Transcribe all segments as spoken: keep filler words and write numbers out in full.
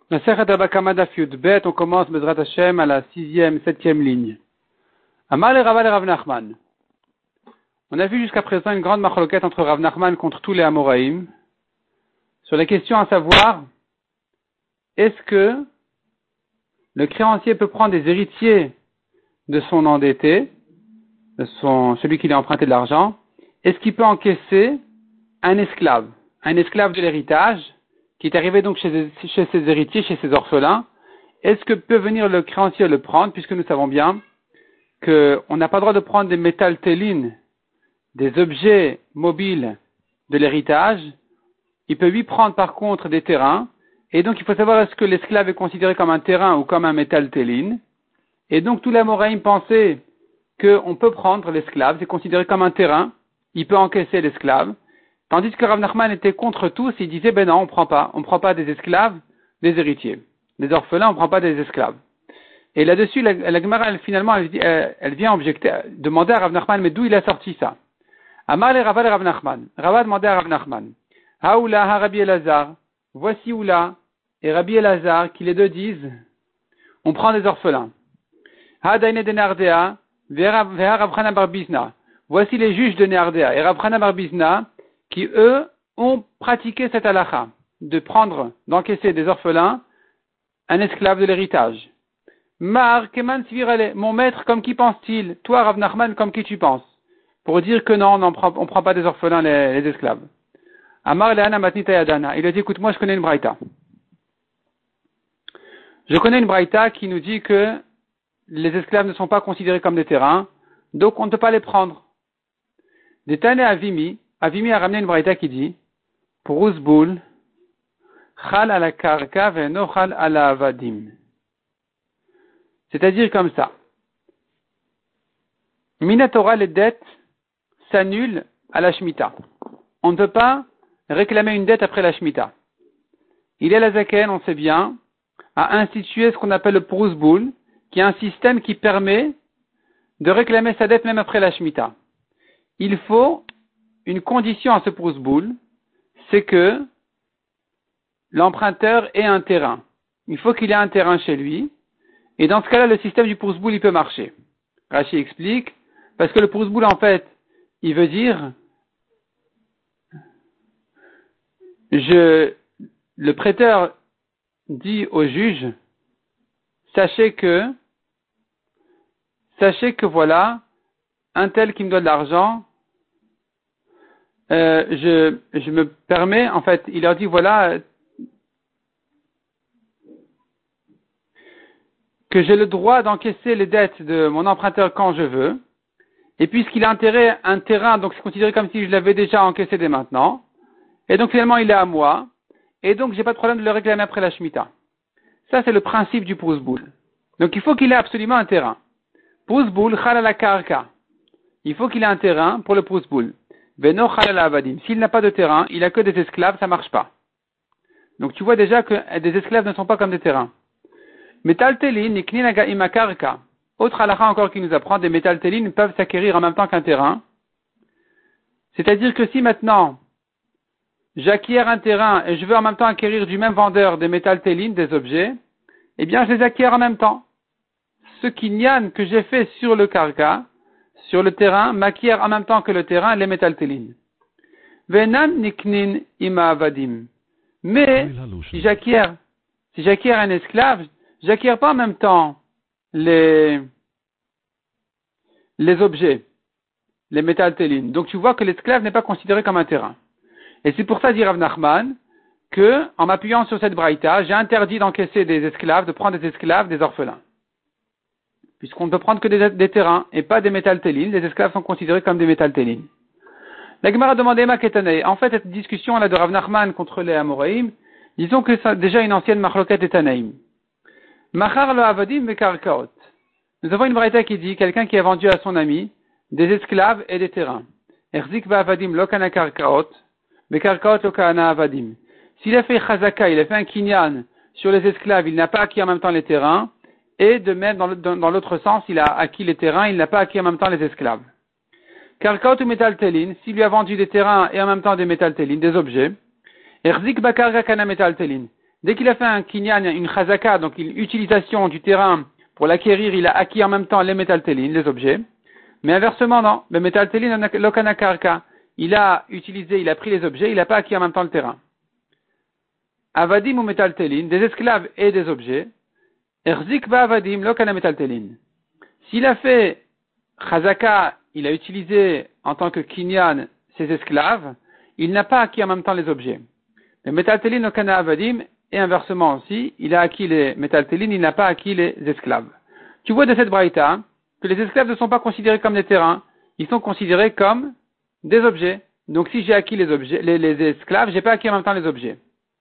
La Sechet Baba Kama Daf Yud Bet, on commence Bezrat Hashem à la sixième, septième ligne. Amar le Rava le Rav Nachman. On a vu jusqu'à présent une grande machloket entre Rav Nachman contre tous les Amoraïm sur la question à savoir, est-ce que le créancier peut prendre des héritiers de son endetté, de son, celui qui lui a emprunté de l'argent, est-ce qu'il peut encaisser un esclave, un esclave de l'héritage, qui est arrivé donc chez, chez ses héritiers, chez ses orphelins, est-ce que peut venir le créancier le prendre, puisque nous savons bien qu'on n'a pas le droit de prendre des métaltélines, des objets mobiles de l'héritage, il peut lui prendre par contre des terrains, et donc il faut savoir est-ce que l'esclave est considéré comme un terrain ou comme un métaltéline, et donc tous les Amoraïm pensaient qu'on peut prendre l'esclave, c'est considéré comme un terrain, il peut encaisser l'esclave, tandis que Rav Nachman était contre tous, il disait, ben non, on prend pas, on prend pas des esclaves, des héritiers. Des orphelins, on prend pas des esclaves. Et là-dessus, la, la Gemara, elle, finalement, elle, elle, elle vient objecter, demander à Rav Nachman, mais d'où il a sorti ça? Amar le Rava le Rav Nachman. Rava demandait à Rav Nachman. Haoula ha Rabbi Elazar. Voici Oula et Rabbi Elazar, qui les deux disent, on prend des orphelins. Ha daine de Nardea, veha Rav Chana bar Bizna. Voici les juges de Nardea et Rav Chana bar Bizna, qui eux ont pratiqué cette halakha, de prendre, d'encaisser des orphelins, un esclave de l'héritage. Mar, keman svirale, mon maître, comme qui pense-t-il? Toi, Rav Nachman, comme qui tu penses? Pour dire que non, on ne prend, on prend pas des orphelins, les, les esclaves. Amar leana matnita yadana. Il a dit, écoute, moi je connais une braïta. Je connais une braïta qui nous dit que les esclaves ne sont pas considérés comme des terrains, donc on ne peut pas les prendre. Des Tane Avimi, Avimi a ramené une braïta qui dit, pour Uzbul, chal ala karka ve'no chal ala avadim. C'est-à-dire comme ça. Minatora, les dettes s'annulent à la Shemitah. On ne peut pas réclamer une dette après la Shemitah. Il est la Zaken, on sait bien, a institué ce qu'on appelle le Pruzbul, qui est un système qui permet de réclamer sa dette même après la Shemitah. Il faut une condition à ce Pruzbul, c'est que l'emprunteur ait un terrain. Il faut qu'il ait un terrain chez lui, et dans ce cas-là, le système du Pruzbul, il peut marcher. Rashi explique, parce que le Pruzbul, en fait, il veut dire, je, le prêteur dit au juge, sachez que, sachez que voilà, un tel qui me doit de l'argent, euh, je, je me permets, en fait, il leur dit voilà, que j'ai le droit d'encaisser les dettes de mon emprunteur quand je veux, et puisqu'il a intérêt un terrain, donc c'est considéré comme si je l'avais déjà encaissé dès maintenant, et donc finalement il est à moi, et donc j'ai pas de problème de le réclamer après la Shemitah. Ça c'est le principe du Pruzbul. Donc il faut qu'il ait absolument un terrain. Pruzbul chal ala karka. Il faut qu'il ait un terrain pour le Pruzbul. Veno chal ala avadim. S'il n'a pas de terrain, il a que des esclaves, ça marche pas. Donc tu vois déjà que des esclaves ne sont pas comme des terrains. Métaltélin, nikninaga imakarka. Autre halakha encore qui nous apprend, des métaltélines peuvent s'acquérir en même temps qu'un terrain. C'est-à-dire que si maintenant, j'acquiers un terrain et je veux en même temps acquérir du même vendeur des métaltélines, des objets, eh bien je les acquiers en même temps. Ce kinyan que j'ai fait sur le karka, sur le terrain, m'acquiert en même temps que le terrain les métaltélines. Venan niknin ima avadim. Mais, si j'acquiers, si j'acquiers un esclave, j'acquiers pas en même temps les, les objets, les métaltélines. Donc tu vois que l'esclave n'est pas considéré comme un terrain. Et c'est pour ça, dit Rav Nachman, que, en m'appuyant sur cette braïta, j'ai interdit d'encaisser des esclaves, de prendre des esclaves, des orphelins. Puisqu'on ne peut prendre que des, des terrains et pas des métaltélines, les esclaves sont considérés comme des métaltélines. La Gemara a demandé ma ketanei. En fait, cette discussion-là de Rav Nachman contre les Amoraïm, disons que c'est déjà une ancienne machloket et tanaïm. Machar le avadim vekarkaot. Nous avons une braïta qui dit, quelqu'un qui a vendu à son ami des esclaves et des terrains. Erzik va avadim lokana karkaot, vekarkaot lokana avadim. S'il a fait chazaka, il a fait un kinyan sur les esclaves, il n'a pas acquis en même temps les terrains, et de même, dans, le, dans, dans l'autre sens, il a acquis les terrains, il n'a pas acquis en même temps les esclaves. Karkaot ou métaltélines, s'il lui a vendu des terrains et en même temps des métaltélines, des objets, Erzik bakarga kana métaltélines. Dès qu'il a fait un kinyan, une chazaka, donc une utilisation du terrain pour l'acquérir, il a acquis en même temps les métaltélines, les objets. Mais inversement, non. Le métaltéline, l'okana karka, il a utilisé, il a pris les objets, il n'a pas acquis en même temps le terrain. Avadim ou métaltéline, des esclaves et des objets. Erzik ba avadim, l'okana métaltéline. S'il a fait chazaka, il a utilisé en tant que kinyan ses esclaves, il n'a pas acquis en même temps les objets. Le métaltéline, l'okana avadim, et inversement aussi, il a acquis les métaltélines, il n'a pas acquis les esclaves. Tu vois de cette braïta que les esclaves ne sont pas considérés comme des terrains, ils sont considérés comme des objets. Donc si j'ai acquis les objets, les, les esclaves, j'ai pas acquis en même temps les objets.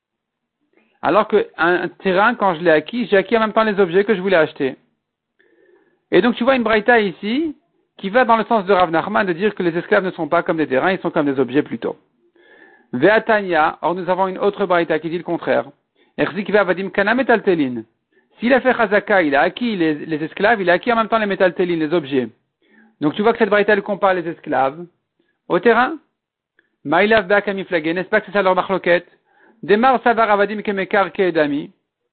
Alors qu'un un terrain, quand je l'ai acquis, j'ai acquis en même temps les objets que je voulais acheter. Et donc tu vois une braïta ici qui va dans le sens de Rav Nachman de dire que les esclaves ne sont pas comme des terrains, ils sont comme des objets plutôt. Ve'atanya, or nous avons une autre braïta qui dit le contraire. Erzik ve'avadim kana metaltelin. S'il a fait chazaka, il a acquis les, les esclaves, il a acquis en même temps les métaltélines, les objets. Donc tu vois que cette braïta, elle compare les esclaves au terrain. Maïlav ba'kamiflage, n'est-ce pas que c'est ça leur marloquette? Demar savar avadim kemekar keedami.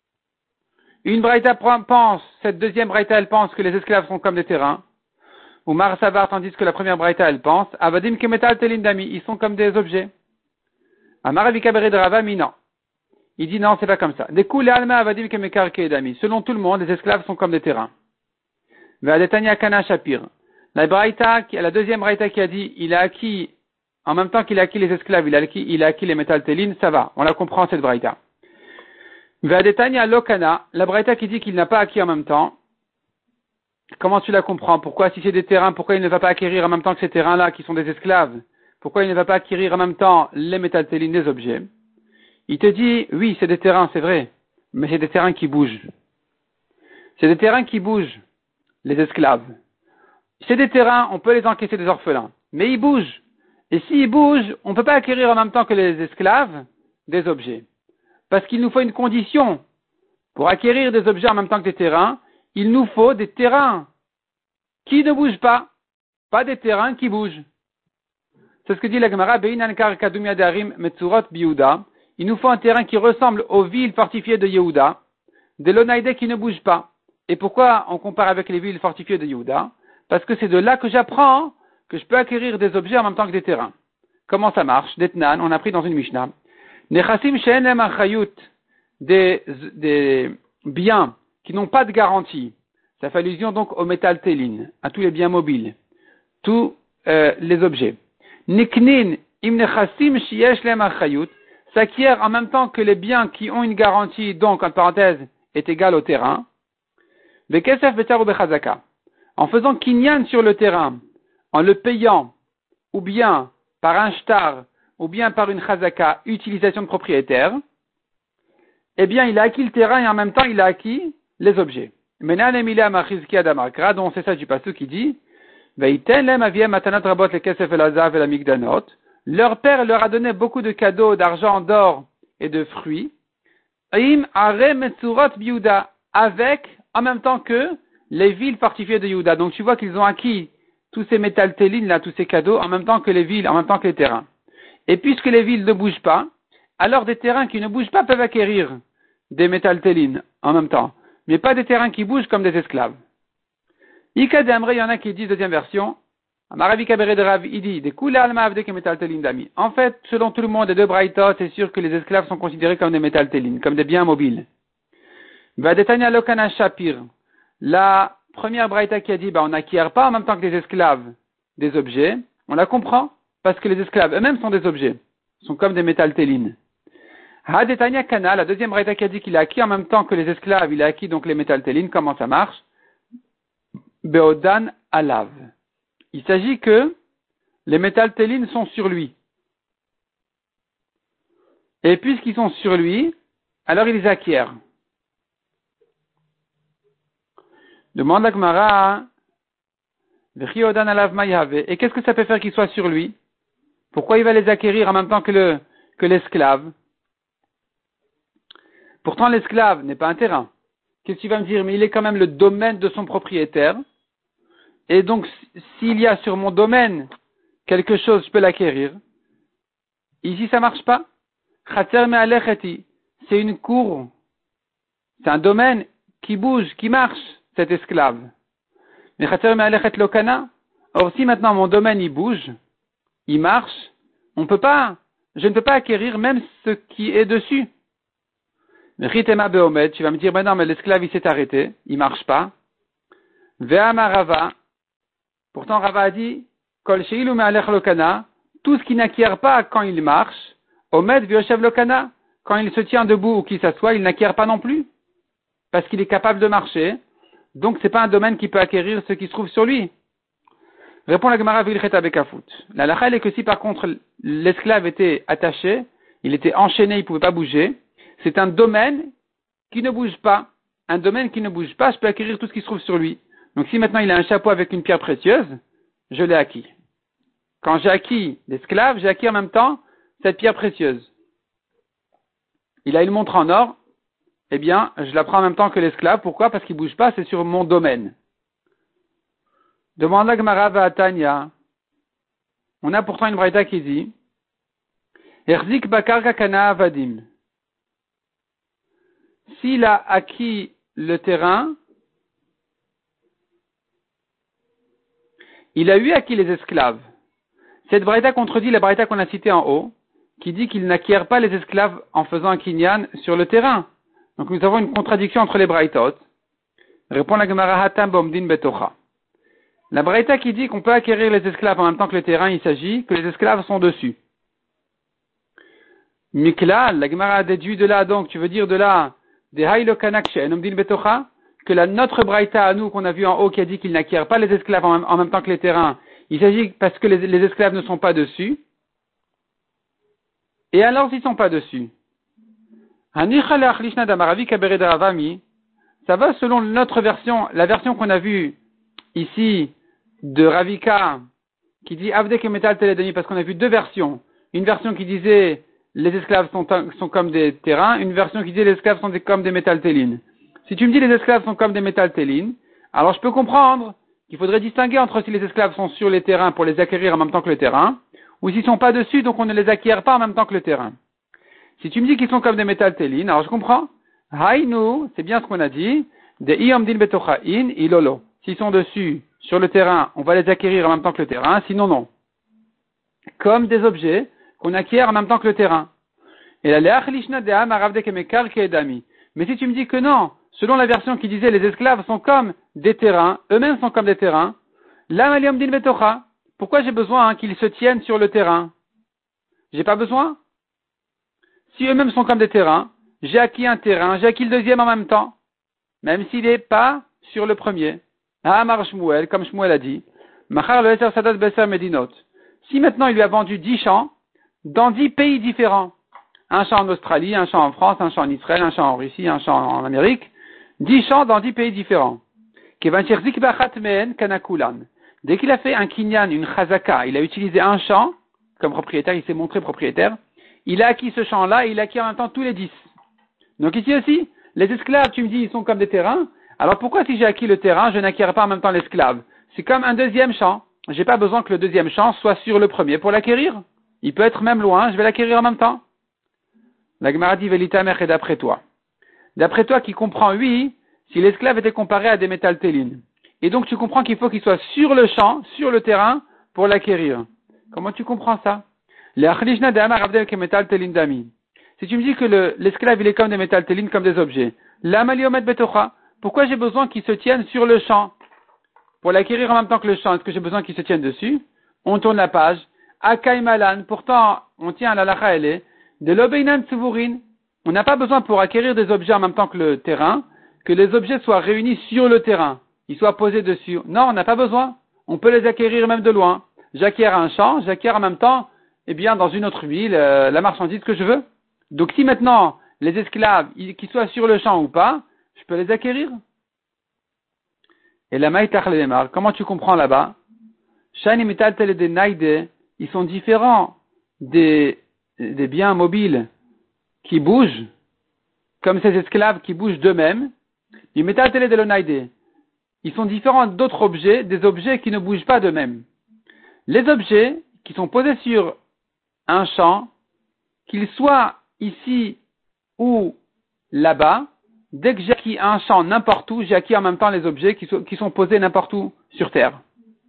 Une braïta pense, cette deuxième braïta, elle pense que les esclaves sont comme des terrains. Ou mar savar, tandis que la première braïta, elle pense, avadim kemetaltelin dami, ils sont comme des objets. Amar avikabere de Ravami, non. Il dit non, c'est pas comme ça. Des coups, les alma avadim kemekar keedami. Selon tout le monde, les esclaves sont comme des terrains. Ve'adetanya kana shapir. La braïta, la deuxième braïta qui a dit, il a acquis, en même temps qu'il a acquis les esclaves, il a acquis, il a acquis les métaltélines, ça va. On la comprend, cette braïta. Ve'adetanya lokana. La braïta qui dit qu'il n'a pas acquis en même temps. Comment tu la comprends? Pourquoi, si c'est des terrains, pourquoi il ne va pas acquérir en même temps que ces terrains-là, qui sont des esclaves? Pourquoi il ne va pas acquérir en même temps les métaltélines des objets? Il te dit, oui, c'est des terrains, c'est vrai, mais c'est des terrains qui bougent. C'est des terrains qui bougent, les esclaves. C'est des terrains, on peut les encaisser des orphelins, mais ils bougent. Et s'ils bougent, on ne peut pas acquérir en même temps que les esclaves des objets. Parce qu'il nous faut une condition. Pour acquérir des objets en même temps que des terrains, il nous faut des terrains qui ne bougent pas, pas des terrains qui bougent. C'est ce que dit la Gemara, Beinan Karkadum Yadarim Metzurot Biouda. Il nous faut un terrain qui ressemble aux villes fortifiées de Yehuda, des Lonaïdés qui ne bougent pas. Et pourquoi on compare avec les villes fortifiées de Yehuda? Parce que c'est de là que j'apprends que je peux acquérir des objets en même temps que des terrains. Comment ça marche? D'Etnan, on a pris dans une Mishnah. Nechasim she'enem achayut, des, des biens qui n'ont pas de garantie. Ça fait allusion donc au métal téline, à tous les biens mobiles, tous euh, les objets. Niknin im nechasim she'yesh lehem achayut, s'acquiert en même temps que les biens qui ont une garantie, donc en parenthèse, est égal au terrain. Bekesef betar ou bechazaka. En faisant kinyan sur le terrain, en le payant, ou bien par un shtar, ou bien par une chazaka, utilisation de propriétaire, eh bien, il a acquis le terrain et en même temps, il a acquis les objets. Menan emila machizki adamakra, dont c'est ça du passage qui dit, veiten lem aviem matanat rabot le kesef el azav et la migdanot. Leur père leur a donné beaucoup de cadeaux, d'argent, d'or et de fruits. Im are metzurot biuda, avec, en même temps que les villes fortifiées de Yehuda. Donc tu vois qu'ils ont acquis tous ces métaltélines là, tous ces cadeaux, en même temps que les villes, en même temps que les terrains. Et puisque les villes ne bougent pas, alors des terrains qui ne bougent pas peuvent acquérir des métaltélines en même temps, mais pas des terrains qui bougent comme des esclaves. Ika d'Amre, il y en a qui disent, deuxième version, Amaravi Kabere de Rav, il dit, des couleurs alma avde que métaltélines d'ami. En fait, selon tout le monde, les deux braïtas, c'est sûr que les esclaves sont considérés comme des métaltélines, comme des biens mobiles. Vadetania lokana shapir. La première braïta qui a dit, bah, on n'acquiert pas en même temps que les esclaves des objets, on la comprend, parce que les esclaves eux-mêmes sont des objets, sont comme des métaltélines. Hadetania kana, la deuxième braïta qui a dit qu'il a acquis en même temps que les esclaves, il a acquis donc les métaltélines, comment ça marche? Beodan alav. Il s'agit que les métaltélines sont sur lui. Et puisqu'ils sont sur lui, alors il les acquiert. Demande la Gemara, et qu'est-ce que ça peut faire qu'il soit sur lui? Pourquoi il va les acquérir en même temps que le, que l'esclave? Pourtant, l'esclave n'est pas un terrain. Qu'est-ce que tu vas me dire? Mais il est quand même le domaine de son propriétaire. Et donc, s'il y a sur mon domaine quelque chose, je peux l'acquérir. Ici, ça marche pas. c'est une cour, c'est un domaine qui bouge, qui marche, cet esclave. Mais or si maintenant mon domaine il bouge, il marche, on peut pas, je ne peux pas acquérir même ce qui est dessus. Ritema beomed, tu vas me dire, ben non, mais l'esclave il s'est arrêté, il marche pas. Ve'ama Rava, pourtant Rava a dit, kol sheilu me'alech lokana, tout ce qui n'acquiert pas quand il marche, omed v'yoshev lokana, quand il se tient debout ou qu'il s'assoit, il n'acquiert pas non plus, parce qu'il est capable de marcher. Donc c'est pas un domaine qui peut acquérir ce qui se trouve sur lui. Répond la Gemara Vilcheta Bekafut. La lacha est que si par contre l'esclave était attaché, il était enchaîné, il pouvait pas bouger, c'est un domaine qui ne bouge pas. Un domaine qui ne bouge pas, je peux acquérir tout ce qui se trouve sur lui. Donc si maintenant il a un chapeau avec une pierre précieuse, je l'ai acquis. Quand j'ai acquis l'esclave, j'ai acquis en même temps cette pierre précieuse. Il a une montre en or, eh bien, je la prends en même temps que l'esclave. Pourquoi? Parce qu'il bouge pas, c'est sur mon domaine. Demande la Gemara Vatanya. On a pourtant une braïta qui dit Erzik bakarka kana avadim. S'il a acquis le terrain, il a eu acquis les esclaves. Cette braïta contredit la braïta qu'on a citée en haut, qui dit qu'il n'acquiert pas les esclaves en faisant un kinyan sur le terrain. Donc nous avons une contradiction entre les braïtot. Répond la Gemara Hatam Bomdin Betocha. La braïta qui dit qu'on peut acquérir les esclaves en même temps que le terrain, il s'agit que les esclaves sont dessus. Mikla, la Gemara a déduit de là, donc tu veux dire de là, des Haïlo Kanak Omdin Betocha, que la notre braïta à nous qu'on a vu en haut qui a dit qu'il n'acquiert pas les esclaves en même, en même temps que les terrains, il s'agit parce que les, les esclaves ne sont pas dessus. Et alors s'ils ne sont pas dessus, ça va selon notre version, la version qu'on a vue ici de Ravika, qui dit Avdek et Metal Teledani, parce qu'on a vu deux versions. Une version qui disait les esclaves sont, sont comme des terrains, une version qui disait les esclaves sont des, comme des métaltélines. Si tu me dis les esclaves sont comme des métaltélines, alors je peux comprendre qu'il faudrait distinguer entre si les esclaves sont sur les terrains pour les acquérir en même temps que le terrain, ou s'ils sont pas dessus, donc on ne les acquiert pas en même temps que le terrain. Si tu me dis qu'ils sont comme des métaltélines, alors je comprends. Haïnu, c'est bien ce qu'on a dit, des iamdin betocha in ilolo. S'ils sont dessus, sur le terrain, on va les acquérir en même temps que le terrain, sinon non. Comme des objets qu'on acquiert en même temps que le terrain. Et la le'achlishna de am aravde kemekar keedami. Mais si tu me dis que non, selon la version qui disait les esclaves sont comme des terrains, eux-mêmes sont comme des terrains, la maliamdin betocha. Pourquoi j'ai besoin hein, qu'ils se tiennent sur le terrain? J'ai pas besoin? Si eux-mêmes sont comme des terrains, j'ai acquis un terrain, j'ai acquis le deuxième en même temps, même s'il n'est pas sur le premier. Ah, Amar Shmuel, comme Shmuel a dit, Machar le Eser Sadat Beser Medinot. Si maintenant il lui a vendu dix champs, dans dix pays différents, un champ en Australie, un champ en France, un champ en Israël, un champ en Russie, un champ en Amérique, dix champs dans dix pays différents. Dès qu'il a fait un kinyan, une chazaka, il a utilisé un champ comme propriétaire, il s'est montré propriétaire, il a acquis ce champ-là et il a acquis en même temps tous les dix. Donc ici aussi, les esclaves, tu me dis, ils sont comme des terrains. Alors pourquoi si j'ai acquis le terrain, je n'acquiers pas en même temps l'esclave? C'est comme un deuxième champ. J'ai pas besoin que le deuxième champ soit sur le premier pour l'acquérir. Il peut être même loin, je vais l'acquérir en même temps. La Gemara dit Velitamer et d'après toi. D'après toi qui comprends, oui, si l'esclave était comparé à des métaltélines. Et donc tu comprends qu'il faut qu'il soit sur le champ, sur le terrain, pour l'acquérir. Comment tu comprends ça? Si tu me dis que le, l'esclave il est comme des métaltélines, comme des objets, pourquoi j'ai besoin qu'il se tienne sur le champ? Pour l'acquérir en même temps que le champ, est-ce que j'ai besoin qu'il se tienne dessus? On tourne la page. Akai malan, pourtant, on tient à la lacha, elle est de l'obeinan tsuvurin. On n'a pas besoin pour acquérir des objets en même temps que le terrain, que les objets soient réunis sur le terrain. Ils soient posés dessus. Non, on n'a pas besoin. On peut les acquérir même de loin. J'acquiers un champ, j'acquiers en même temps, eh bien, dans une autre ville, euh, la marchandise que je veux. Donc, si maintenant, les esclaves, ils, qu'ils soient sur le champ ou pas, je peux les acquérir. Et la maïtach lemar, comment tu comprends là-bas? Shani mital tel des naide, ils sont différents des, des biens mobiles qui bougent, comme ces esclaves qui bougent d'eux-mêmes. Les mital tel de l'onaide, ils sont différents d'autres objets, des objets qui ne bougent pas d'eux-mêmes. Les objets qui sont posés sur un champ, qu'ils soient ici ou là-bas, dès que j'ai acquis un champ n'importe où, j'ai acquis en même temps les objets qui sont, qui sont posés n'importe où sur terre.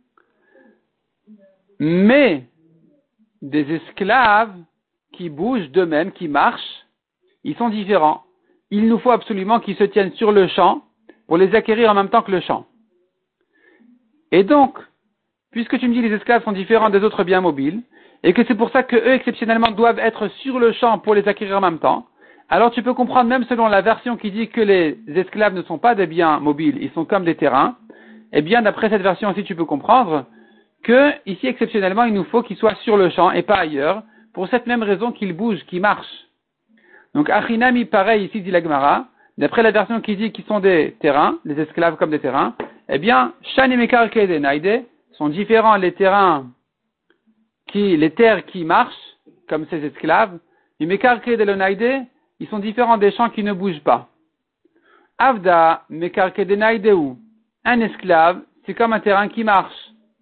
Mais des esclaves qui bougent d'eux-mêmes, qui marchent, ils sont différents. Il nous faut absolument qu'ils se tiennent sur le champ pour les acquérir en même temps que le champ. Et donc, puisque tu me dis que les esclaves sont différents des autres biens mobiles, et que c'est pour ça que eux exceptionnellement doivent être sur le champ pour les acquérir en même temps, alors tu peux comprendre même selon la version qui dit que les esclaves ne sont pas des biens mobiles, ils sont comme des terrains, eh bien d'après cette version aussi tu peux comprendre que ici exceptionnellement il nous faut qu'ils soient sur le champ et pas ailleurs, pour cette même raison qu'ils bougent, qu'ils marchent. Donc Achinami pareil ici dit la Gemara, d'après la version qui dit qu'ils sont des terrains, les esclaves comme des terrains, eh bien Shani Mekar Kede Naide sont différents les terrains qui, les terres qui marchent, comme ces esclaves, les Mekar Kede Naide, ils sont différents des champs qui ne bougent pas. Avda Mekar Kede Naideu, un esclave, c'est comme un terrain qui marche.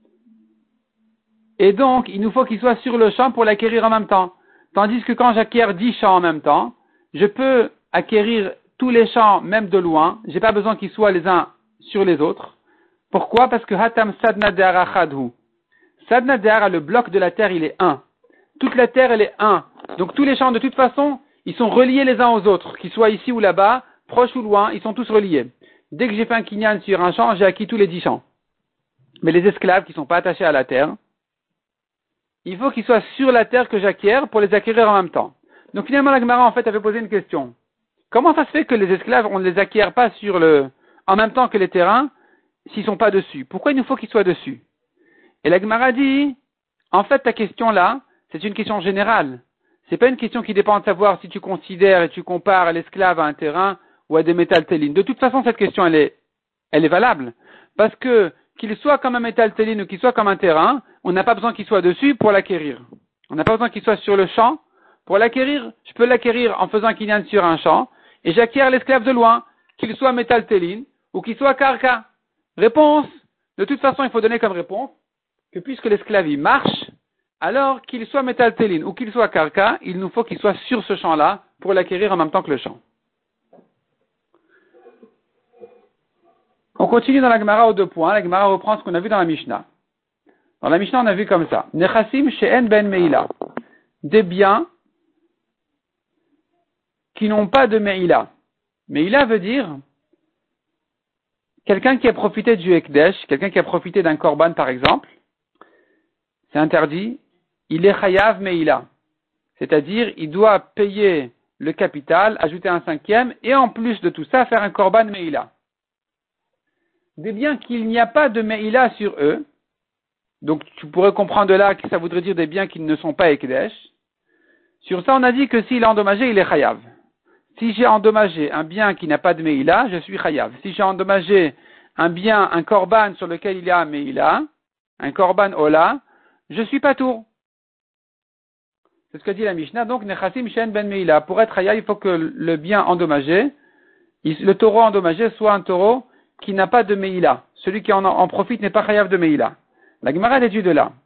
Et donc, il nous faut qu'il soit sur le champ pour l'acquérir en même temps. Tandis que quand j'acquiers dix champs en même temps, je peux acquérir tous les champs, même de loin. J'ai pas besoin qu'ils soient les uns sur les autres. Pourquoi? Parce que Hatam Sadna De'ara Chadhu. Sadna De'ara, le bloc de la terre, il est un. Toute la terre, elle est un. Donc tous les champs, de toute façon, ils sont reliés les uns aux autres. Qu'ils soient ici ou là-bas, proches ou loin, ils sont tous reliés. Dès que j'ai fait un kinyan sur un champ, j'ai acquis tous les dix champs. Mais les esclaves qui sont pas attachés à la terre, il faut qu'ils soient sur la terre que j'acquiers pour les acquérir en même temps. Donc finalement, la Gemara, en fait, avait posé une question. Comment ça se fait que les esclaves, on ne les acquiert pas sur le, en même temps que les terrains, s'ils sont pas dessus? Pourquoi il nous faut qu'ils soient dessus? Et la Gemara dit, en fait, ta question là, c'est une question générale. C'est pas une question qui dépend de savoir si tu considères et tu compares l'esclave à un terrain ou à des métaltélines. De toute façon, cette question, elle est, elle est valable. Parce que, qu'il soit comme un métaltéline ou qu'il soit comme un terrain, on n'a pas besoin qu'il soit dessus pour l'acquérir. On n'a pas besoin qu'il soit sur le champ. Pour l'acquérir, je peux l'acquérir en faisant un kinyan sur un champ, et j'acquiers l'esclave de loin, qu'il soit métaltéline ou qu'il soit karka. Réponse. De toute façon, il faut donner comme réponse que puisque l'esclave il marche, alors qu'il soit métaltéline ou qu'il soit karka, il nous faut qu'il soit sur ce champ-là pour l'acquérir en même temps que le champ. On continue dans la Gemara aux deux points. La Gemara reprend ce qu'on a vu dans la Mishnah. Dans la Mishnah, on a vu comme ça. Nechassim she'en ben meila. Des biens qui n'ont pas de meila. Meila veut dire quelqu'un qui a profité du Ekdesh, quelqu'un qui a profité d'un korban par exemple, c'est interdit, il est chayav meila. C'est-à-dire, il doit payer le capital, ajouter un cinquième, et en plus de tout ça, faire un korban meila. Des biens qu'il n'y a pas de meila sur eux, donc tu pourrais comprendre de là que ça voudrait dire des biens qui ne sont pas Ekdesh. Sur ça, on a dit que s'il est endommagé, il est chayav. Si j'ai endommagé un bien qui n'a pas de meila, je suis chayav. Si j'ai endommagé un bien, un korban sur lequel il y a un meila, un korban ola, je suis patour. C'est ce que dit la Mishnah. Donc, nechassim shen ben meila. Pour être chayav, il faut que le bien endommagé, le taureau endommagé soit un taureau qui n'a pas de meila. Celui qui en, en profite n'est pas chayav de meila. La Gemara déduit de là.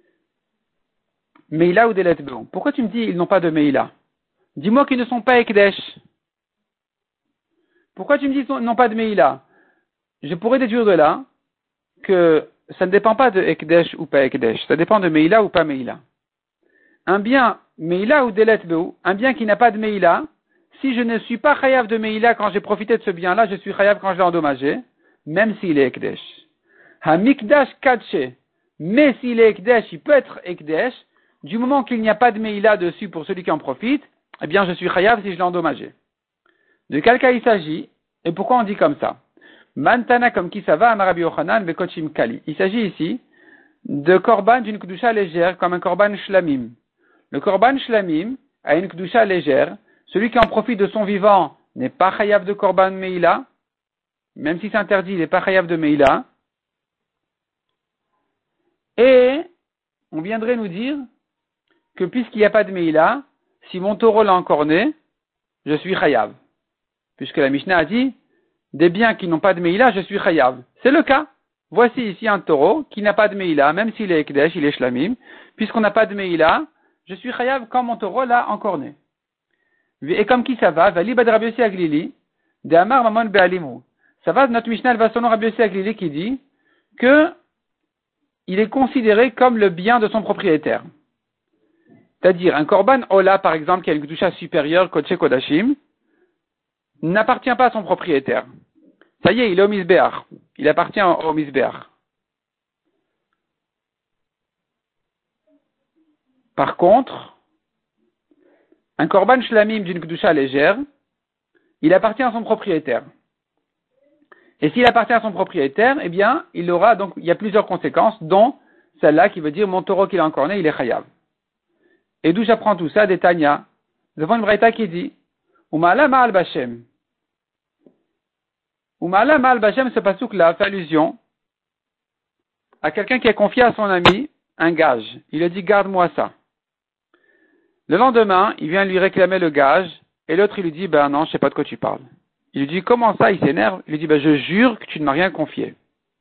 Meila ou delet beou. Pourquoi tu me dis ils n'ont pas de meila? Dis-moi qu'ils ne sont pas ekdesh. Pourquoi tu me dis qu'ils n'ont pas de meila? Je pourrais déduire de là que ça ne dépend pas de ekdesh ou pas ekdesh. Ça dépend de meila ou pas meila. Un bien meila ou delet beou, un bien qui n'a pas de meila, si je ne suis pas chayav de meila quand j'ai profité de ce bien-là, je suis chayav quand je l'ai endommagé, même s'il est ekdesh. Ha mikdash kadshe. Mais s'il est ekdesh, il peut être ekdesh, du moment qu'il n'y a pas de meila dessus pour celui qui en profite, eh bien je suis chayav si je l'ai endommagé. De quel cas il s'agit, et pourquoi on dit comme ça? Mantana comme qui ça va, Amarabi Yochanan, Bekochim Kali. Il s'agit ici de korban d'une kdusha légère, comme un korban shlamim. Le korban shlamim a une kdusha légère, celui qui en profite de son vivant n'est pas chayav de korban meila, même si c'est interdit, il n'est pas chayav de meila. Et on viendrait nous dire que puisqu'il n'y a pas de meila, si mon taureau l'a encorné, je suis chayav. Puisque la Mishnah a dit, des biens qui n'ont pas de meila, je suis chayav. C'est le cas. Voici ici un taureau qui n'a pas de meila, même s'il est ekdesh, il est shlamim. Puisqu'on n'a pas de meila, je suis chayav quand mon taureau l'a encorné. Et comme qui ça va? Vali bad Rabbi Yossi Aglili, de Amar Mamon Be'alimu. Ça va, notre Mishnah, elle va son nom Rabbi Yossi Aglili qui dit que il est considéré comme le bien de son propriétaire. C'est-à-dire, un korban ola, par exemple, qui a une gdusha supérieure, kodesh kodashim, n'appartient pas à son propriétaire. Ça y est, il est au misbéach. Il appartient au misbéach. Par contre, un korban shlamim d'une gdusha légère, il appartient à son propriétaire. Et s'il appartient à son propriétaire, eh bien, il aura donc, il y a plusieurs conséquences, dont celle-là qui veut dire mon taureau qu'il a encore né, il est chayav. Et d'où j'apprends tout ça? Des Tanya. Devant une braïta qui dit, Umala ma'al bashem. Umala ma'al bashem, ce pasouk-là fait allusion à quelqu'un qui a confié à son ami un gage. Il lui dit, garde-moi ça. Le lendemain, il vient lui réclamer le gage, et l'autre, il lui dit, ben non, je sais pas de quoi tu parles. Il lui dit, comment ça? Il s'énerve. Il lui dit, ben je jure que tu ne m'as rien confié.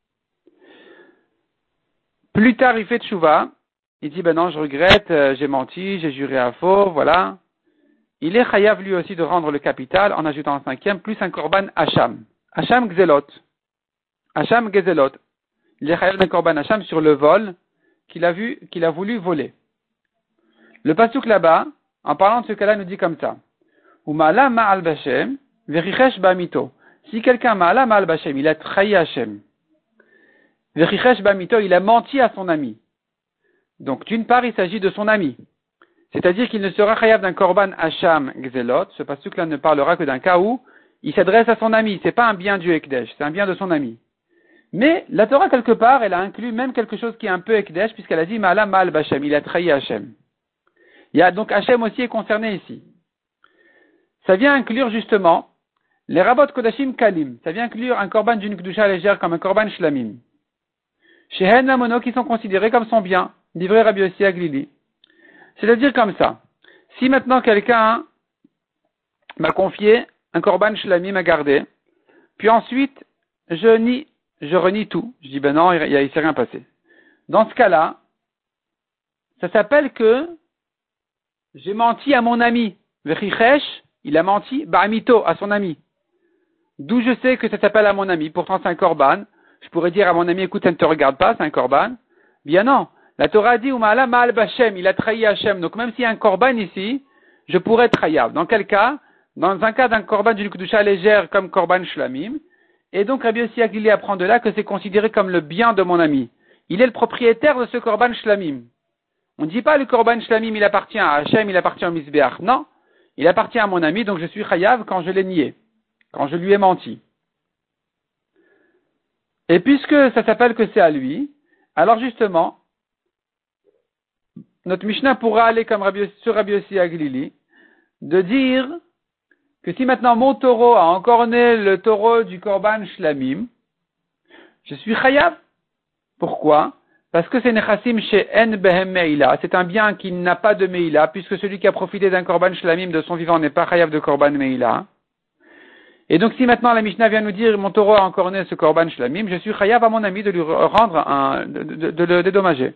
Plus tard, il fait tchouva. Il dit, ben non, je regrette, euh, j'ai menti, j'ai juré à faux, voilà. Il est chayav lui aussi de rendre le capital en ajoutant un cinquième, plus un korban hacham. Hacham gzelot. Hacham gzelot. Il est chayav d'un korban hacham sur le vol qu'il a vu, qu'il a voulu voler. Le pasuk là-bas, en parlant de ce cas-là, nous dit comme ça. Umala ma'al bashem, verichesh ba'mito. Si quelqu'un ma'ala ma'al bashem, il a trahi Hachem. Verichesh ba'mito, il a menti à son ami. Donc, d'une part, il s'agit de son ami. C'est-à-dire qu'il ne sera chayav d'un korban hacham gzelot. Ce pasuk-là ne parlera que d'un cas où il s'adresse à son ami. C'est pas un bien du Ekdesh, c'est un bien de son ami. Mais, la Torah, quelque part, elle a inclus même quelque chose qui est un peu Ekdesh, puisqu'elle a dit ma'ala ma'al bashem, il a trahi Hachem. Il y a donc Hachem aussi est concerné ici. Ça vient inclure justement les rabot kodashim kalim. Ça vient inclure un korban d'une kedusha légère comme un korban shlamim. Shehen namono qui sont considérés comme son bien. Livré Rabbi Yossi Aglili. C'est-à-dire comme ça. Si maintenant quelqu'un m'a confié un korban shlamim à garder, puis ensuite je nie, je renie tout. Je dis ben non, il ne s'est rien passé. Dans ce cas-là, ça s'appelle que j'ai menti à mon ami. Vechichesh, il a menti, ba'amito, à son ami. D'où je sais que ça s'appelle à mon ami. Pourtant c'est un korban. Je pourrais dire à mon ami, écoute, ça ne te regarde pas, c'est un korban. Bien non. La Torah dit, Umala ma'al bashem, il a trahi Hachem. Donc même s'il y a un korban ici, je pourrais être trahiab. Dans quel cas? Dans un cas d'un korban d'une kedusha légère comme korban shlamim. Et donc Rabbi Yossi Aglili apprend de là que c'est considéré comme le bien de mon ami. Il est le propriétaire de ce korban shlamim. On ne dit pas le korban shlamim, il appartient à Hachem, il appartient au misbéach. Non. Il appartient à mon ami, donc je suis chayav quand je l'ai nié. Quand je lui ai menti. Et puisque ça s'appelle que c'est à lui, alors justement, notre Mishnah pourra aller comme Rabbi, sur Rabbi Yossi Aglili, de dire que si maintenant mon taureau a encore né le taureau du korban shlamim, je suis chayav. Pourquoi? Parce que c'est nechassim chez en behem meila. C'est un bien qui n'a pas de meila, puisque celui qui a profité d'un korban shlamim de son vivant n'est pas chayav de korban meila. Et donc si maintenant la Mishnah vient nous dire mon taureau a encore né ce korban shlamim, je suis chayav à mon ami de lui rendre un, de, de, de le dédommager.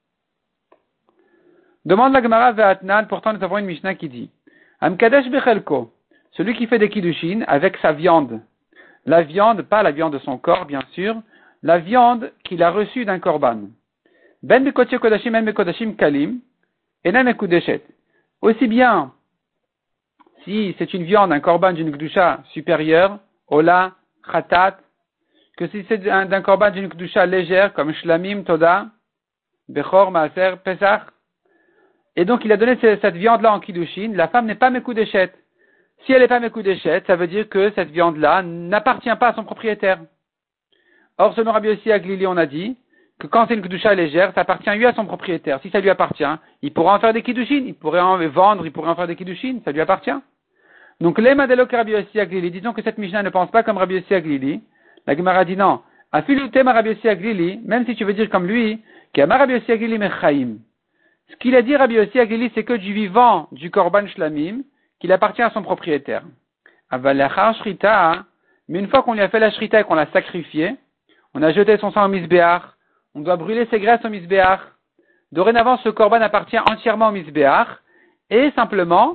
Demande la Gemara Ve'atnan, pourtant nous avons une Mishnah qui dit Amkadesh bechelko, celui qui fait des kiddushin avec sa viande. La viande, pas la viande de son corps bien sûr, la viande qu'il a reçue d'un korban. Ben bekotiyo kodashim, ben bekodashim kalim, enan mekudeshet. Aussi bien si c'est une viande, un korban d'une kedusha supérieure, ola, khatat, que si c'est d'un korban d'une kedusha légère, comme shlamim, toda, bechor, maaser, pesach. Et donc il a donné cette viande-là en kiddushin, la femme n'est pas mekudeshet. Si elle n'est pas mekudeshet, ça veut dire que cette viande-là n'appartient pas à son propriétaire. Or, selon Rabbi Yossi Aglili, on a dit que quand c'est une kedusha légère, ça appartient lui à son propriétaire. Si ça lui appartient, il pourra en faire des kiddushin, il pourrait en vendre, il pourrait en faire des kiddushin, ça lui appartient. Donc, les madelok Rabbi Yossi Aglili, disons que cette Mishnah ne pense pas comme Rabbi Yossi Aglili. La Gemara dit non. Afilutema Rabbi Yossi Aglili, même si tu veux dire comme lui, qu'Amar Rabbi Yossi Aglili mechaim. Ce qu'il a dit Rabbi Yossi Aglili, c'est que du vivant du korban shlamim, qu'il appartient à son propriétaire. Avalachar shrita, mais une fois qu'on lui a fait la shrita et qu'on l'a sacrifié, on a jeté son sang au misbéach, on doit brûler ses graisses au misbéach. Dorénavant, ce korban appartient entièrement au misbéach, et simplement,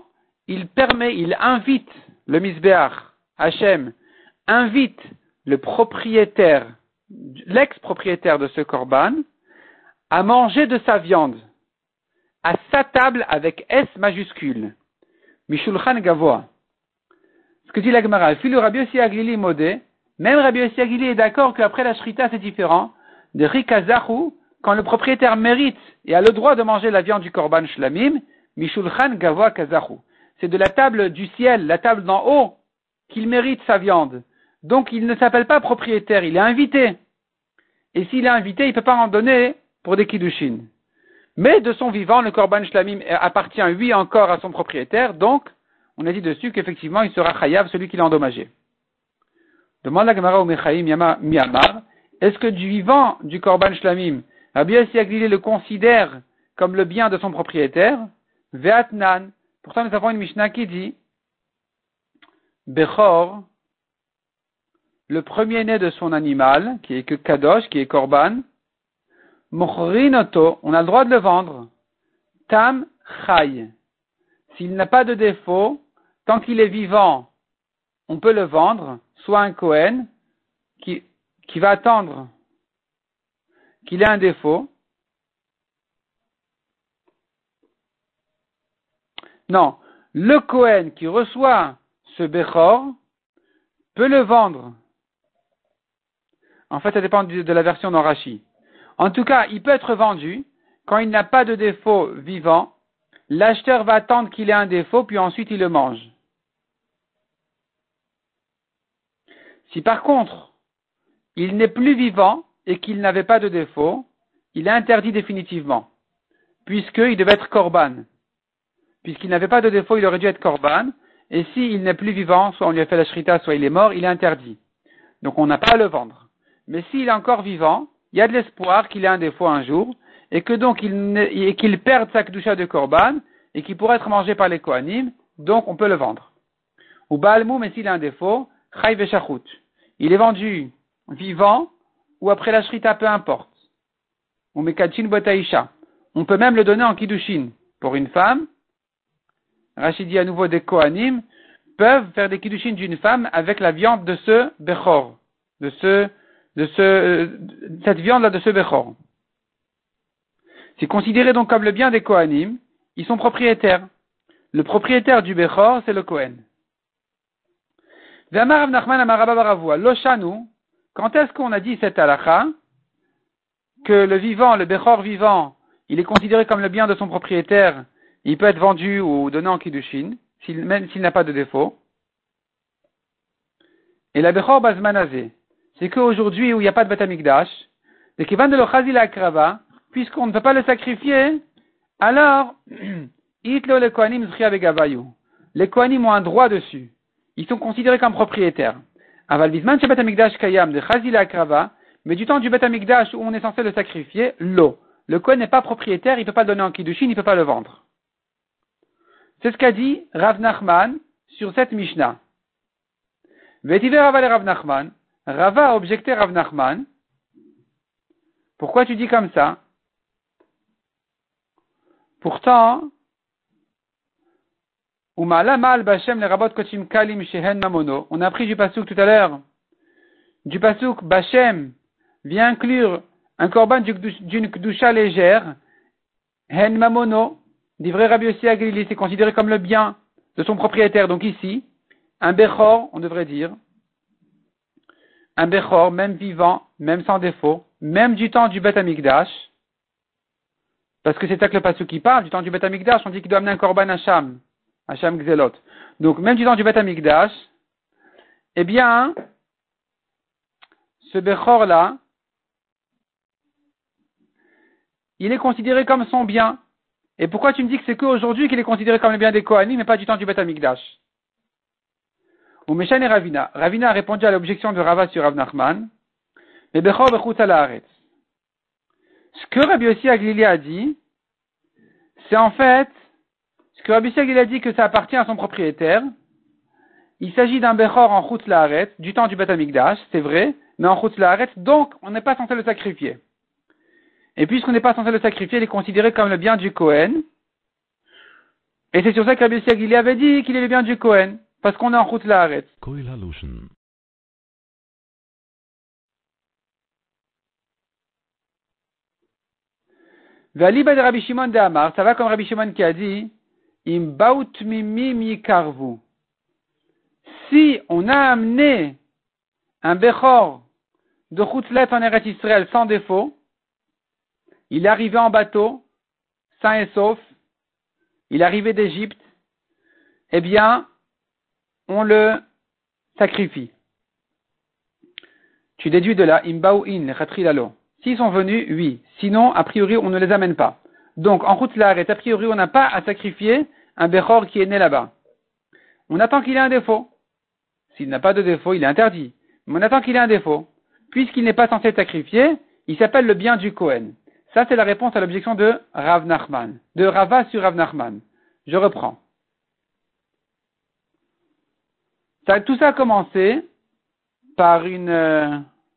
il permet, il invite le Misbéach, Hachem, invite le propriétaire, l'ex-propriétaire de ce korban, à manger de sa viande, à sa table avec S majuscule, Mishulchan Gavoa. Ce que dit la Gemara, Filu Rabbi Yossi Aglili Modé, même Rabbi Yossi Aglili est d'accord qu'après la Shrita c'est différent, de Rikazahu, quand le propriétaire mérite et a le droit de manger la viande du korban shlamim, Mishulchan Gavoa Kazahu. C'est de la table du ciel, la table d'en haut, qu'il mérite sa viande. Donc il ne s'appelle pas propriétaire, il est invité. Et s'il est invité, il ne peut pas en donner pour des kiddushin. Mais de son vivant, le korban shlamim appartient, lui, encore à son propriétaire, donc on a dit dessus qu'effectivement il sera chayav, celui qui l'a endommagé. Demande la Gemara au Mechaim Miyamar, est-ce que du vivant du korban shlamim, Rabbi Yossi Aglili le considère comme le bien de son propriétaire? Ve'atnan. Pourtant nous avons une Mishnah qui dit Bechor, le premier-né de son animal, qui est que Kadosh, qui est korban, Mochrinoto, on a le droit de le vendre. Tam Chay. S'il n'a pas de défaut, tant qu'il est vivant, on peut le vendre, soit un Kohen, qui, qui va attendre qu'il ait un défaut. Non, le Kohen qui reçoit ce Bechor peut le vendre. En fait, ça dépend de la version d'Arashi. En tout cas, il peut être vendu quand il n'a pas de défaut vivant. L'acheteur va attendre qu'il ait un défaut, puis ensuite il le mange. Si par contre, il n'est plus vivant et qu'il n'avait pas de défaut, il est interdit définitivement, puisqu'il devait être korban. Puisqu'il n'avait pas de défaut, il aurait dû être korban, et s'il n'est plus vivant, soit on lui a fait la shrita, soit il est mort, il est interdit. Donc on n'a pas à le vendre. Mais s'il est encore vivant, il y a de l'espoir qu'il ait un défaut un jour, et que donc il ne, et qu'il perde sa kedusha de korban, et qu'il pourrait être mangé par les kohanim, donc on peut le vendre. Ou baalmou, mais s'il a un défaut, chay veshachut. Il est vendu vivant, ou après la shrita, peu importe. Ou mekachin botaisha. On peut même le donner en kiddushin. Pour une femme, Rachid dit à nouveau des kohanim, peuvent faire des kiddushin d'une femme avec la viande de ce bechor, de ce, de ce, cette viande-là de ce bechor. C'est considéré donc comme le bien des kohanim, ils sont propriétaires. Le propriétaire du bechor, c'est le kohen. V'amar Rav Nachman amar Rabba bar Avua, lo shanu, quand est-ce qu'on a dit cette halakha, que le vivant, le bechor vivant, il est considéré comme le bien de son propriétaire, il peut être vendu ou donné en kiddushin, s'il, même s'il n'a pas de défaut. Et la bechor bazmanazé, c'est qu'aujourd'hui où il n'y a pas de Beth Amikdash, de kivan de lo chazil akrava, puisqu'on ne peut pas le sacrifier, alors, itlo le kohanim zriya begavayu. Les kohanim ont un droit dessus. Ils sont considérés comme propriétaires. Aval bisman chez Beth Amikdash kayam de chazil akrava, mais du temps du Beth Amikdash où on est censé le sacrifier, lo. Le kohen n'est pas propriétaire, il ne peut pas le donner en kiddushin, il ne peut pas le vendre. C'est ce qu'a dit Rav Nachman sur cette Mishnah. Vetiver Rava le Rav Nachman. Rava a objecté Rav Nachman. Pourquoi tu dis comme ça? Pourtant, on a appris du pasuk tout à l'heure. Du pasuk, Bashem vient inclure un korban d'une kedusha légère. Hen mamono. D'ivrei Rabbi Yossi Aglili, c'est considéré comme le bien de son propriétaire. Donc ici, un bechor, on devrait dire, un bechor, même vivant, même sans défaut, même du temps du Beth Amikdash, parce que c'est ça que le pasuk qui parle, du temps du Beth Amikdash, on dit qu'il doit amener un korban Hacham, Hacham Gzelot. Donc même du temps du Beth Amikdash, eh bien, ce bechor-là, il est considéré comme son bien. Et pourquoi tu me dis que c'est qu'aujourd'hui qu'il est considéré comme le bien des Kohanim, mais pas du temps du Beth Amikdash? Ou Meshan et Ravina. Ravina a répondu à l'objection de Rava sur Rav Nachman. Mais Bechor bechutz al haaretz. Ce que Rabbi Yossi Aglili a dit, c'est en fait, ce que Rabbi Yossi Aglili a dit que ça appartient à son propriétaire. Il s'agit d'un Bechor en chutz laaretz, du temps du Beth Amikdash, c'est vrai, mais en chutz laaretz, donc on n'est pas censé le sacrifier. Et puisqu'on n'est pas censé le sacrifier, il est considéré comme le bien du Kohen. Et c'est sur ça que Rabbi Yossi Aglili avait dit qu'il est le bien du Kohen, parce qu'on est en route la arrête. Valiba de Rabbi Shimon de Amar, ça va comme Rabbi Shimon qui a dit, Im baut mimim yikarvu. Si on a amené un Bechor de Choutlet en Eretz Israël sans défaut, il est arrivé en bateau, sain et sauf, il est arrivé d'Égypte, eh bien, on le sacrifie. Tu déduis de là, Imbao in, Khatrilalo. S'ils sont venus, oui. Sinon, a priori, on ne les amène pas. Donc, en route là, a priori, on n'a pas à sacrifier un Bechor qui est né là-bas. On attend qu'il ait un défaut. S'il n'a pas de défaut, il est interdit. Mais on attend qu'il ait un défaut. Puisqu'il n'est pas censé être sacrifié, il s'appelle le bien du Kohen. Ça, c'est la réponse à l'objection de Rav Nachman. De Rava sur Rav Nachman. Je reprends. Ça, tout ça a commencé par une, euh,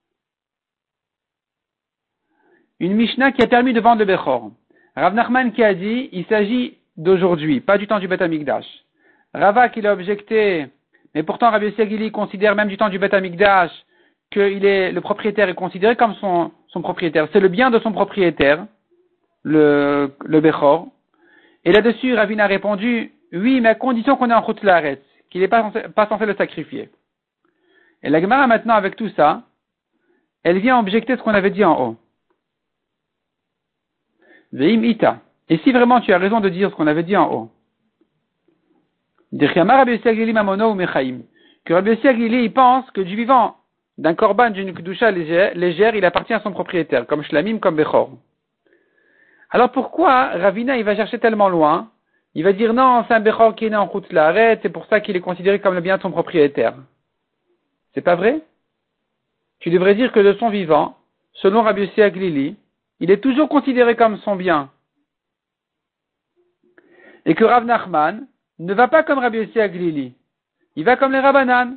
une Mishnah qui a permis de vendre le Bechor. Rav Nachman qui a dit, il s'agit d'aujourd'hui, pas du temps du Beth Amikdash. Rava qui l'a objecté, mais pourtant Rabbi Yossi Aglili considère même du temps du Beth Amikdash qu'il est le propriétaire est considéré comme son, son propriétaire. C'est le bien de son propriétaire, le, le Bechor. Et là-dessus, Ravina a répondu, oui, mais à condition qu'on est en Chutz La'aretz, qu'il n'est pas censé, pas censé le sacrifier. Et la Gemara maintenant, avec tout ça, elle vient objecter ce qu'on avait dit en haut. Ve'im ita. Et si vraiment tu as raison de dire ce qu'on avait dit en haut, que Rabbi Yossi Aglili, il pense que du vivant d'un korban, d'une kedusha légère, légère, il appartient à son propriétaire, comme shlamim, comme bechor. Alors pourquoi Ravina, il va chercher tellement loin? Il va dire non, c'est un bechor qui est né en Chutz La'aretz, c'est pour ça qu'il est considéré comme le bien de son propriétaire. C'est pas vrai? Tu devrais dire que de son vivant, selon Rabbi Yossi Aglili, il est toujours considéré comme son bien. Et que Rav Nachman ne va pas comme Rabbi Yossi Aglili. Il va comme les Rabbanan.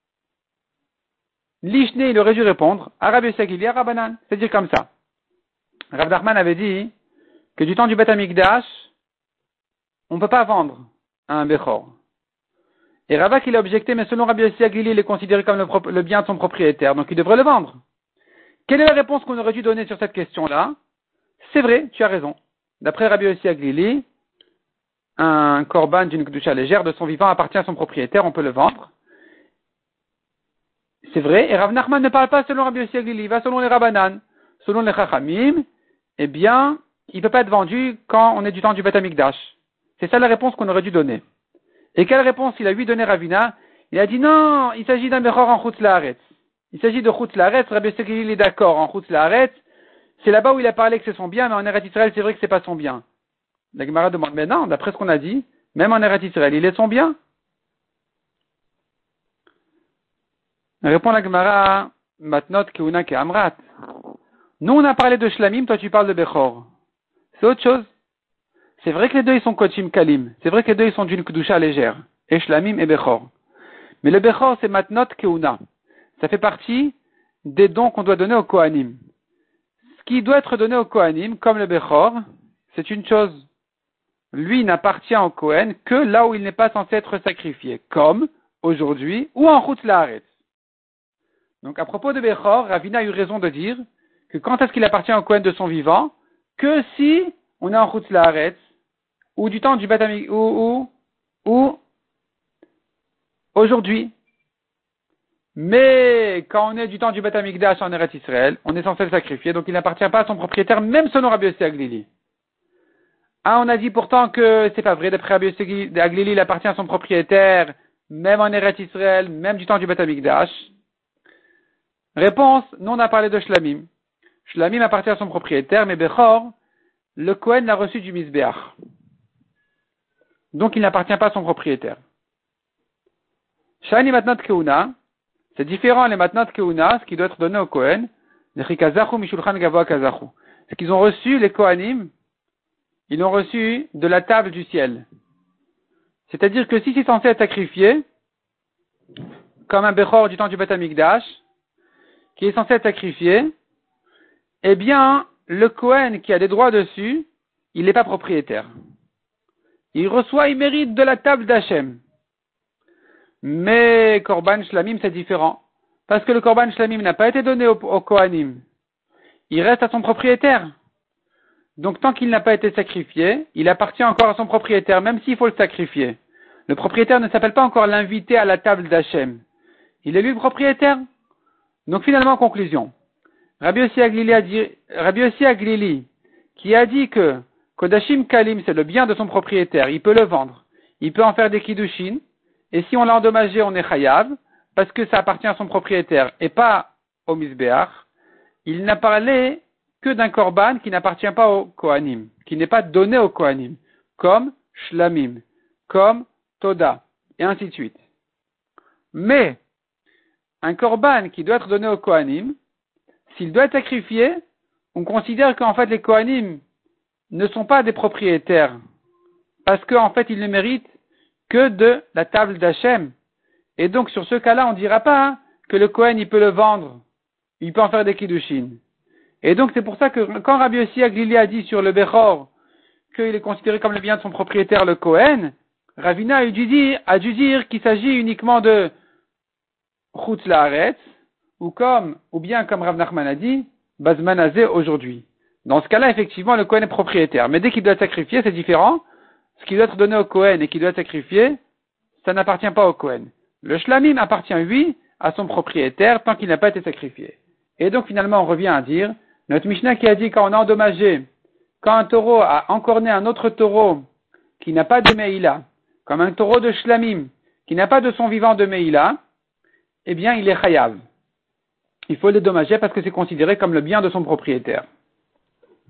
L'Ishné, il aurait dû répondre à Rabbi Yossi Aglili, à Rabbanan. C'est-à-dire comme ça. Rav Nachman avait dit que du temps du Beth Amikdash, on ne peut pas vendre un Bechor. Et Rava qui l'a objecté, mais selon Rabbi Yossi Aglili, il est considéré comme le, pro- le bien de son propriétaire, donc il devrait le vendre. Quelle est la réponse qu'on aurait dû donner sur cette question-là? C'est vrai, tu as raison. D'après Rabbi Yossi Aglili, un korban d'une kedusha légère de son vivant appartient à son propriétaire, on peut le vendre. C'est vrai, et Rav Nachman ne parle pas selon Rabbi Yossi Aglili, il va selon les Rabbanan. Selon les Chachamim, eh bien, il ne peut pas être vendu quand on est du temps du Beth Amikdash. C'est ça la réponse qu'on aurait dû donner. Et quelle réponse il a lui donné Ravina? Il a dit non, il s'agit d'un Bechor en Chutz La'aretz. Il s'agit de Chutz La'aretz, Rabbi Yossi Aglili est d'accord, en Chutz La'aretz, c'est là-bas où il a parlé que c'est son bien, mais en Eretz Israël, c'est vrai que c'est pas son bien. La Gemara demande, mais non, d'après ce qu'on a dit, même en Eretz Israël, il est son bien. Répond la Gemara, Matnot Keuna Ke Amrat. Nous, on a parlé de Shlamim, toi tu parles de Bechor. C'est autre chose. C'est vrai que les deux, ils sont Kochim Kalim. C'est vrai que les deux, ils sont d'une Kedusha légère. Et Shlamim et Bechor. Mais le Bechor, c'est Matnot Keuna. Ça fait partie des dons qu'on doit donner au Kohanim. Ce qui doit être donné au Kohanim, comme le Bechor, c'est une chose. Lui n'appartient au Kohen que là où il n'est pas censé être sacrifié. Comme, aujourd'hui, ou en Chutz La'aretz. Donc, à propos de Bechor, Ravina a eu raison de dire que quand est-ce qu'il appartient au Kohen de son vivant? Que si on est en Chutz La'aretz, ou du temps du Beth Amikdash, ou, ou, ou, aujourd'hui. Mais, quand on est du temps du Beth Amikdash en Eretz Israël, on est censé le sacrifier, donc il n'appartient pas à son propriétaire, même selon Rabbi Yossi Aglili. Ah, on a dit pourtant que c'est pas vrai, d'après Rabbi Yossi Aglili, il appartient à son propriétaire, même en Eretz Israël, même du temps du Beth Amikdash. Réponse, nous on a parlé de Shlamim. Shlamim appartient à son propriétaire, mais Bechor, le Kohen l'a reçu du Mizbeach. Donc il n'appartient pas à son propriétaire. Shani Matnot Keuna, c'est différent les Matnot Keuna, ce qui doit être donné au Kohen, les Chikazachu Mishulchan Gavoa Kazachu. Ce qu'ils ont reçu, les Kohanim, ils l'ont reçu de la table du ciel. C'est-à-dire que si c'est censé être sacrifié, comme un Bechor du temps du Beth Amikdash, qui est censé être sacrifié, eh bien, le Kohen qui a des droits dessus, il n'est pas propriétaire. il reçoit, il mérite de la table d'Hachem. Mais Korban Shlamim, c'est différent. Parce que le Korban Shlamim n'a pas été donné au, au Kohanim. Il reste à son propriétaire. Donc tant qu'il n'a pas été sacrifié, il appartient encore à son propriétaire, même s'il faut le sacrifier. Le propriétaire ne s'appelle pas encore l'invité à la table d'Hachem. Il est lui le propriétaire. Donc finalement, conclusion. Rabbi Yossi Aglili, a dit, Rabbi Yossi Aglili, qui a dit que Kodashim Kalim, c'est le bien de son propriétaire, il peut le vendre, il peut en faire des kiddushin, et si on l'a endommagé, on est chayav, parce que ça appartient à son propriétaire, et pas au misbéach. Il n'a parlé que d'un korban qui n'appartient pas au kohanim, qui n'est pas donné au kohanim, comme shlamim, comme toda, et ainsi de suite. Mais, un korban qui doit être donné au kohanim, s'il doit être sacrifié, on considère qu'en fait les kohanim ne sont pas des propriétaires, parce qu'en fait ils ne méritent que de la table d'Hachem. Et donc sur ce cas-là, on ne dira pas hein, que le kohen il peut le vendre, il peut en faire des kiddushin. Et donc c'est pour ça que quand Rabbi Yossi Aglili a dit sur le Bechor qu'il est considéré comme le bien de son propriétaire le kohen, Ravina a dû dire, a dû dire qu'il s'agit uniquement de Chutz La'aretz, ou comme, ou bien comme Rav Nachman a dit, Bazmanazé aujourd'hui. Dans ce cas-là, effectivement, le Kohen est propriétaire. Mais dès qu'il doit être sacrifié, c'est différent. Ce qui doit être donné au Kohen et qui doit être sacrifié, ça n'appartient pas au Kohen. Le Shlamim appartient, lui, à son propriétaire tant qu'il n'a pas été sacrifié. Et donc, finalement, on revient à dire, notre Mishnah qui a dit quand on a endommagé, quand un taureau a encorné un autre taureau qui n'a pas de Meïla, comme un taureau de Shlamim, qui n'a pas de son vivant de Meïla, eh bien, il est chayav. Il faut le dédommager parce que c'est considéré comme le bien de son propriétaire.